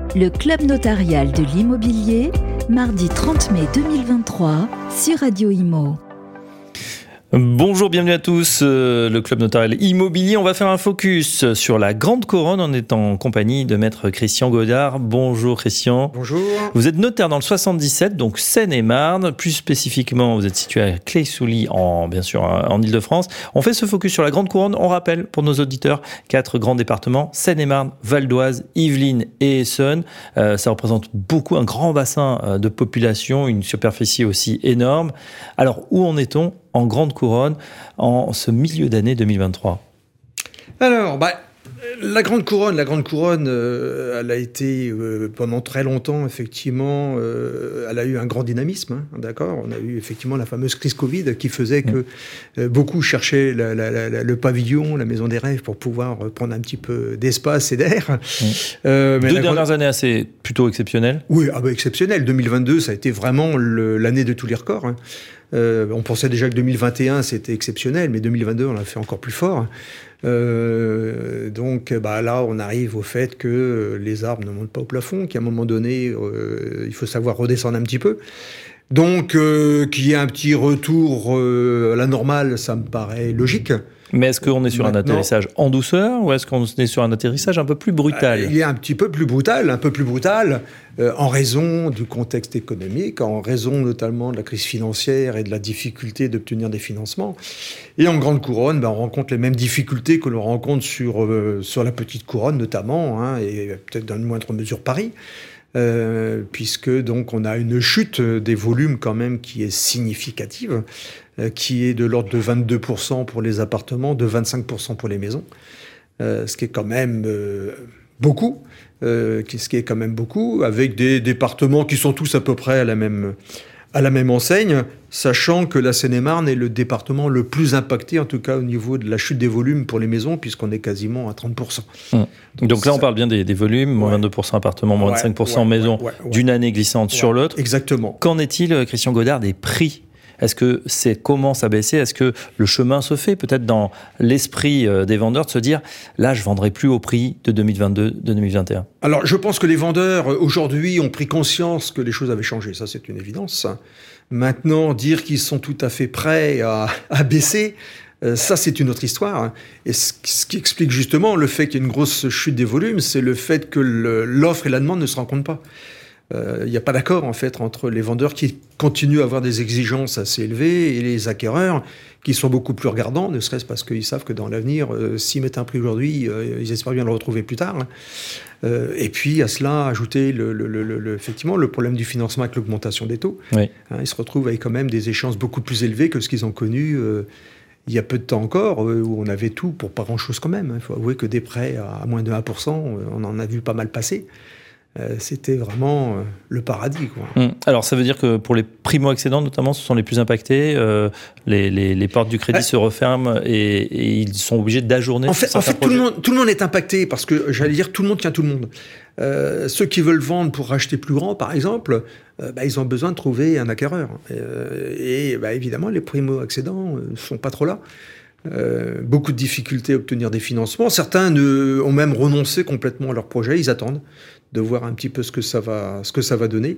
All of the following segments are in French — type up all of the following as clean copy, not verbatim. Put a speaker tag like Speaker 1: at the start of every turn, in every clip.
Speaker 1: Le Club notarial de l'immobilier, mardi 30 mai 2023, sur Radio Imo.
Speaker 2: Bonjour, bienvenue à tous. Le Club notarial immobilier, on va faire un focus sur la Grande Couronne. On est en compagnie de maître Christian Godard. Bonjour Christian.
Speaker 3: Bonjour.
Speaker 2: Vous êtes notaire dans le 77, donc Seine-et-Marne. Plus spécifiquement, vous êtes situé à Claye-Souilly, bien sûr en Ile-de-France. On fait ce focus sur la Grande Couronne. On rappelle pour nos auditeurs 4 grands départements: Seine-et-Marne, Val d'Oise, Yvelines et Essonne. Ça représente un grand bassin de population, une superficie aussi énorme. Alors, où en est-on en Grande Couronne en ce milieu d'année 2023?
Speaker 3: Alors, la Grande Couronne, elle a été pendant très longtemps, effectivement, elle a eu un grand dynamisme, d'accord. On a eu effectivement la fameuse crise Covid qui faisait que beaucoup cherchaient le pavillon, la maison des rêves pour pouvoir prendre un petit peu d'espace et d'air.
Speaker 2: Mais Deux dernières années assez plutôt exceptionnelles.
Speaker 3: Oui, exceptionnelles. 2022, ça a été vraiment l'année de tous les records, hein. On pensait déjà que 2021 c'était exceptionnel, mais 2022 on l'a fait encore plus fort. Donc là on arrive au fait que les arbres ne montent pas au plafond, qu'à un moment donné il faut savoir redescendre un petit peu. Donc qu'il y ait un petit retour à la normale, ça me paraît logique.
Speaker 2: Mais est-ce qu'on est sur un atterrissage en douceur ou est-ce qu'on est sur un atterrissage un peu plus brutal ?
Speaker 3: Il est un petit peu plus brutal, en raison du contexte économique, en raison notamment de la crise financière et de la difficulté d'obtenir des financements. Et en Grande Couronne, on rencontre les mêmes difficultés que l'on rencontre sur la Petite Couronne notamment, hein, et peut-être dans une moindre mesure Paris. Puisque donc on a une chute des volumes quand même qui est significative, qui est de l'ordre de 22% pour les appartements, de 25% pour les maisons, ce qui est quand même beaucoup, avec des départements qui sont tous à peu près à la même enseigne, sachant que la Seine-et-Marne est le département le plus impacté, en tout cas au niveau de la chute des volumes pour les maisons, puisqu'on est quasiment à 30%.
Speaker 2: Donc là, on parle bien des volumes, moins 22% appartements, moins 25% maisons, d'une année glissante sur l'autre.
Speaker 3: Exactement.
Speaker 2: Qu'en est-il, Christian Godard, des prix ? Est-ce que commence à baisser ? Est-ce que le chemin se fait peut-être dans l'esprit des vendeurs de se dire « là, je ne vendrai plus au prix de 2022, de 2021 » ?
Speaker 3: Alors, je pense que les vendeurs, aujourd'hui, ont pris conscience que les choses avaient changé. Ça, c'est une évidence. Maintenant, dire qu'ils sont tout à fait prêts à baisser, ça, c'est une autre histoire. Et ce qui explique justement le fait qu'il y ait une grosse chute des volumes, c'est le fait que l'offre et la demande ne se rencontrent pas. Il n'y a pas d'accord, en fait, entre les vendeurs qui continuent à avoir des exigences assez élevées et les acquéreurs qui sont beaucoup plus regardants, ne serait-ce parce qu'ils savent que dans l'avenir, s'ils mettent un prix aujourd'hui, ils espèrent bien le retrouver plus tard. Et puis, à cela, ajouter effectivement le problème du financement avec l'augmentation des taux. Oui. Ils se retrouvent avec quand même des échéances beaucoup plus élevées que ce qu'ils ont connu il y a peu de temps encore, où on avait tout pour pas grand-chose quand même. Il faut avouer que des prêts à moins de 1%, on en a vu pas mal passer. C'était vraiment le paradis, quoi.
Speaker 2: Alors ça vele dire que pour les primo-accédants notamment, ce sont les plus impactés, les portes du crédit se referment et ils sont obligés d'ajourner.
Speaker 3: En fait tout le monde est impacté parce que j'allais dire tout le monde tient tout le monde. Ceux qui veulent vendre pour racheter plus grand, par exemple, ils ont besoin de trouver un acquéreur. Et évidemment, les primo-accédants ne sont pas trop là. Beaucoup de difficultés à obtenir des financements. Certains ont même renoncé complètement à leur projet. Ils attendent de voir un petit peu ce que ça va donner.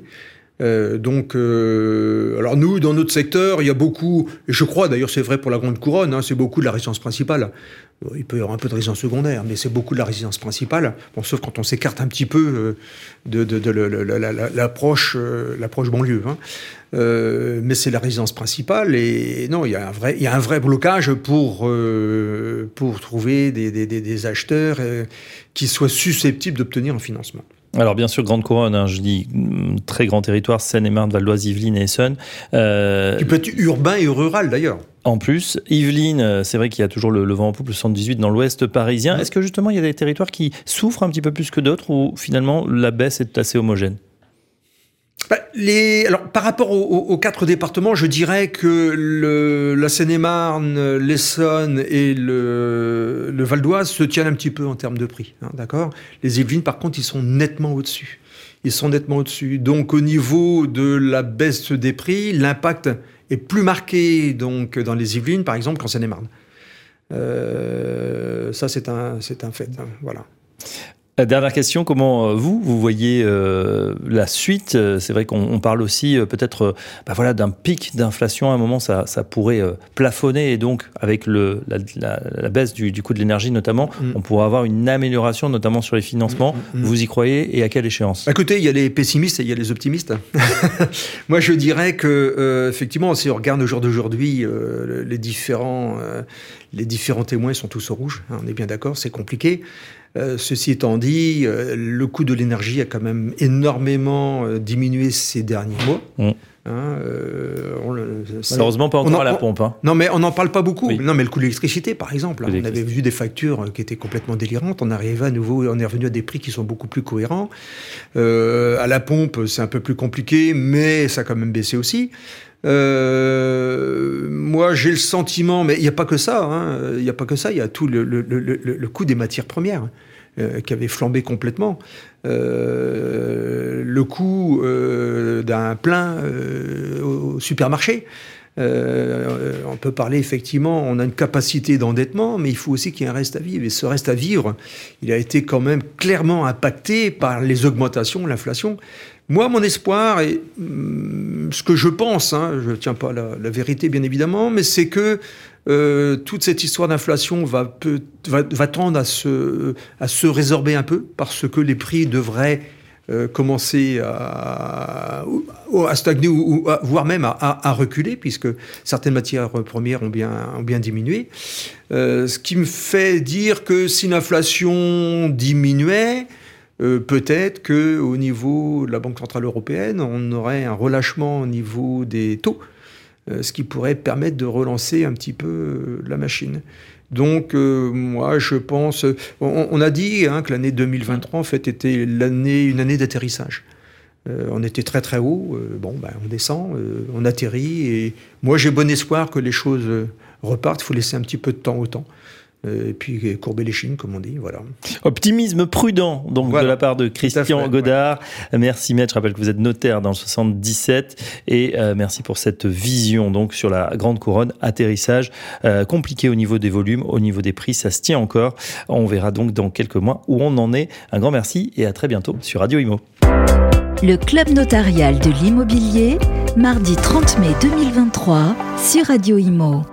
Speaker 3: Alors nous, dans notre secteur, il y a beaucoup, et je crois d'ailleurs c'est vrai pour la Grande Couronne, c'est beaucoup de la résidence principale. Il peut y avoir un peu de résidence secondaire, mais c'est beaucoup de la résidence principale. Bon, sauf quand on s'écarte un petit peu de l'approche banlieue. Mais c'est la résidence principale et non, il y a un vrai blocage pour trouver des acheteurs qui soient susceptibles d'obtenir un financement.
Speaker 2: Alors bien sûr, Grande Couronne, je dis très grand territoire, Seine-et-Marne, Val d'Oise, Yvelines et Essonne.
Speaker 3: Qui peut être urbain et rural d'ailleurs.
Speaker 2: En plus, Yvelines, c'est vrai qu'il y a toujours le vent en poupe, le 118 dans l'ouest parisien. Est-ce que justement il y a des territoires qui souffrent un petit peu plus que d'autres ou finalement la baisse est assez homogène ?
Speaker 3: Alors, par rapport aux 4 départements, je dirais que la Seine-et-Marne, l'Essonne et le Val d'Oise se tiennent un petit peu en termes de prix. D'accord ? Les Yvelines, par contre, ils sont nettement au-dessus. Donc, au niveau de la baisse des prix, l'impact est plus marqué donc, dans les Yvelines, par exemple, qu'en Seine-et-Marne. Ça, c'est un fait. Voilà.
Speaker 2: La dernière question, comment vous voyez la suite ? C'est vrai qu'on parle aussi peut-être d'un pic d'inflation. À un moment, ça pourrait plafonner et donc avec la baisse du coût de l'énergie notamment, on pourrait avoir une amélioration notamment sur les financements. Vous y croyez et à quelle échéance ?
Speaker 3: Écoutez, il y a les pessimistes et il y a les optimistes. Moi, je dirais que effectivement, si on regarde au jour d'aujourd'hui, les différents témoins sont tous au rouge. On est bien d'accord, c'est compliqué. Ceci étant dit, le coût de l'énergie a quand même énormément diminué ces derniers mois.
Speaker 2: Malheureusement, pas encore à la pompe.
Speaker 3: Non, mais on n'en parle pas beaucoup.
Speaker 2: Oui.
Speaker 3: Non, mais le coût de l'électricité, par exemple. On avait vu des factures qui étaient complètement délirantes. On est revenu à des prix qui sont beaucoup plus cohérents. À la pompe, c'est un peu plus compliqué, mais ça a quand même baissé aussi. Moi, j'ai le sentiment, mais il n'y a pas que ça. Il n'y a pas que ça. Il y a tout le coût des matières premières qui avait flambé complètement. Le coût d'un plein au supermarché. On peut parler effectivement, on a une capacité d'endettement, mais il faut aussi qu'il y ait un reste à vivre. Et ce reste à vivre, il a été quand même clairement impacté par les augmentations, l'inflation. Moi, mon espoir, et ce que je pense, je ne tiens pas la vérité bien évidemment, mais c'est que toute cette histoire d'inflation va tendre à se résorber un peu, parce que les prix devraient commencer à stagner, voire même à reculer, puisque certaines matières premières ont bien diminué. Ce qui me fait dire que si l'inflation diminuait, peut-être qu'au niveau de la Banque Centrale Européenne, on aurait un relâchement au niveau des taux, ce qui pourrait permettre de relancer un petit peu la machine. Donc, moi, je pense... On a dit que l'année 2023, en fait, était une année d'atterrissage. On était très, très haut. On descend, on atterrit. Et moi, j'ai bon espoir que les choses repartent. Il faut laisser un petit peu de temps au temps. Et puis courber les chines, comme on dit, voilà.
Speaker 2: Optimisme prudent, donc de la part de Christian Godard. Ouais. Merci maître, je rappelle que vous êtes notaire dans le 77 et merci pour cette vision donc sur la Grande Couronne. Atterrissage compliqué au niveau des volumes, au niveau des prix, ça se tient encore. On verra donc dans quelques mois où on en est. Un grand merci et à très bientôt sur Radio Imo.
Speaker 1: Le Club notarial de l'immobilier, mardi 30 mai 2023 sur Radio Imo.